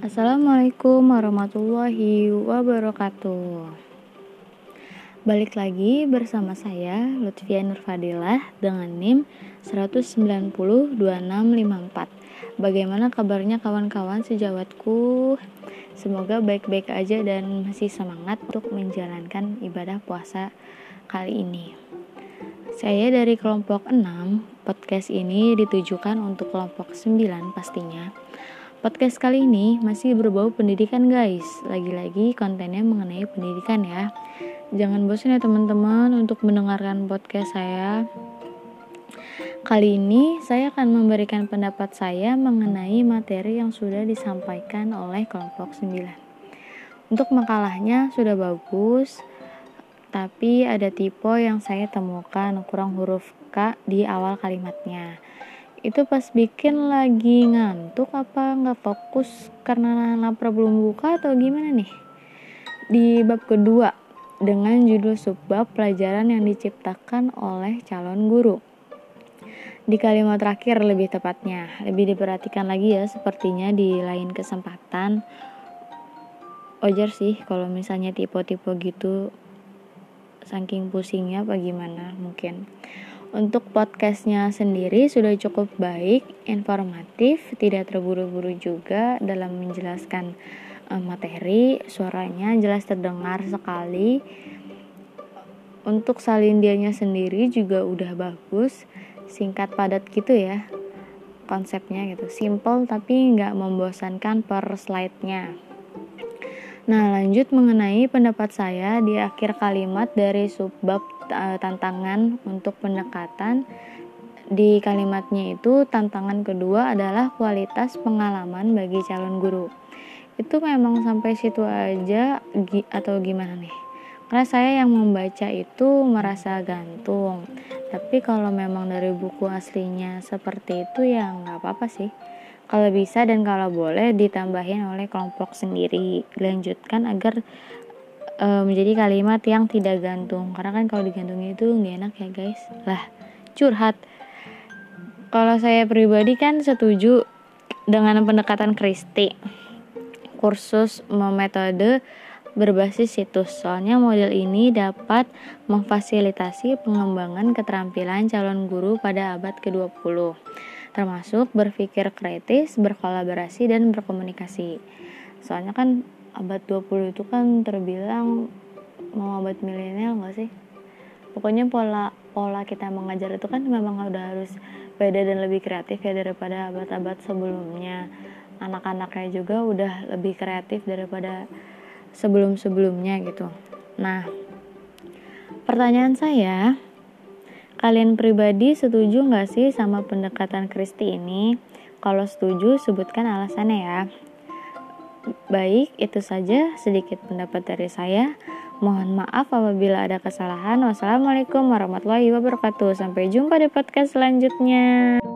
Assalamualaikum warahmatullahi wabarakatuh. Balik lagi bersama saya Lutfia Nurfadilah dengan NIM 1902654. Bagaimana kabarnya kawan-kawan sejawatku? Semoga baik-baik aja dan masih semangat untuk menjalankan ibadah puasa kali ini. Saya dari kelompok 6. Podcast ini ditujukan untuk kelompok 9 pastinya. Podcast kali ini masih berbau pendidikan guys. Lagi-lagi kontennya mengenai pendidikan ya. Jangan bosan ya teman-teman untuk mendengarkan podcast saya. Kali ini saya akan memberikan pendapat saya mengenai materi yang sudah disampaikan oleh kelompok 9. Untuk makalahnya sudah bagus, tapi ada tipe yang saya temukan kurang huruf K di awal kalimatnya. Itu pas bikin lagi ngantuk apa nggak fokus karena lapar belum buka atau gimana nih? Di bab kedua dengan judul subbab pelajaran yang diciptakan oleh calon guru. Di kalimat terakhir lebih tepatnya, lebih diperhatikan lagi ya sepertinya di lain kesempatan. Wajar sih kalau misalnya tipe-tipe gitu saking pusingnya apa gimana mungkin. Untuk podcastnya sendiri sudah cukup baik, informatif, tidak terburu-buru juga dalam menjelaskan materi, suaranya jelas terdengar sekali. Untuk salindianya sendiri juga udah bagus, singkat padat gitu ya konsepnya gitu, simple tapi nggak membosankan per slide-nya. Nah, lanjut mengenai pendapat saya di akhir kalimat dari subbab tantangan untuk pendekatan. Di kalimatnya itu tantangan kedua adalah kualitas pengalaman bagi calon guru. Itu memang sampai situ aja atau gimana nih? Karena saya yang membaca itu merasa gantung. Tapi kalau memang dari buku aslinya seperti itu ya nggak apa-apa sih. Kalau bisa dan kalau boleh ditambahin oleh kelompok sendiri. Dilanjutkan agar menjadi kalimat yang tidak gantung. Karena kan kalau digantungin itu gak enak ya guys. Lah, curhat. Kalau saya pribadi kan setuju dengan pendekatan Kristi. Kursus metode berbasis situs. Soalnya model ini dapat memfasilitasi pengembangan keterampilan calon guru pada abad ke-20. Termasuk berpikir kritis, berkolaborasi, dan berkomunikasi. Soalnya kan abad 20 itu kan terbilang mau abad milenial gak sih? Pokoknya pola kita mengajar itu kan memang udah harus beda dan lebih kreatif ya daripada abad-abad sebelumnya. Anak-anaknya juga udah lebih kreatif daripada sebelum-sebelumnya gitu. Nah, pertanyaan saya, kalian pribadi setuju gak sih sama pendekatan Kristi ini? Kalau setuju, sebutkan alasannya ya. Baik, itu saja sedikit pendapat dari saya. Mohon maaf apabila ada kesalahan. Wassalamualaikum warahmatullahi wabarakatuh. Sampai jumpa di podcast selanjutnya.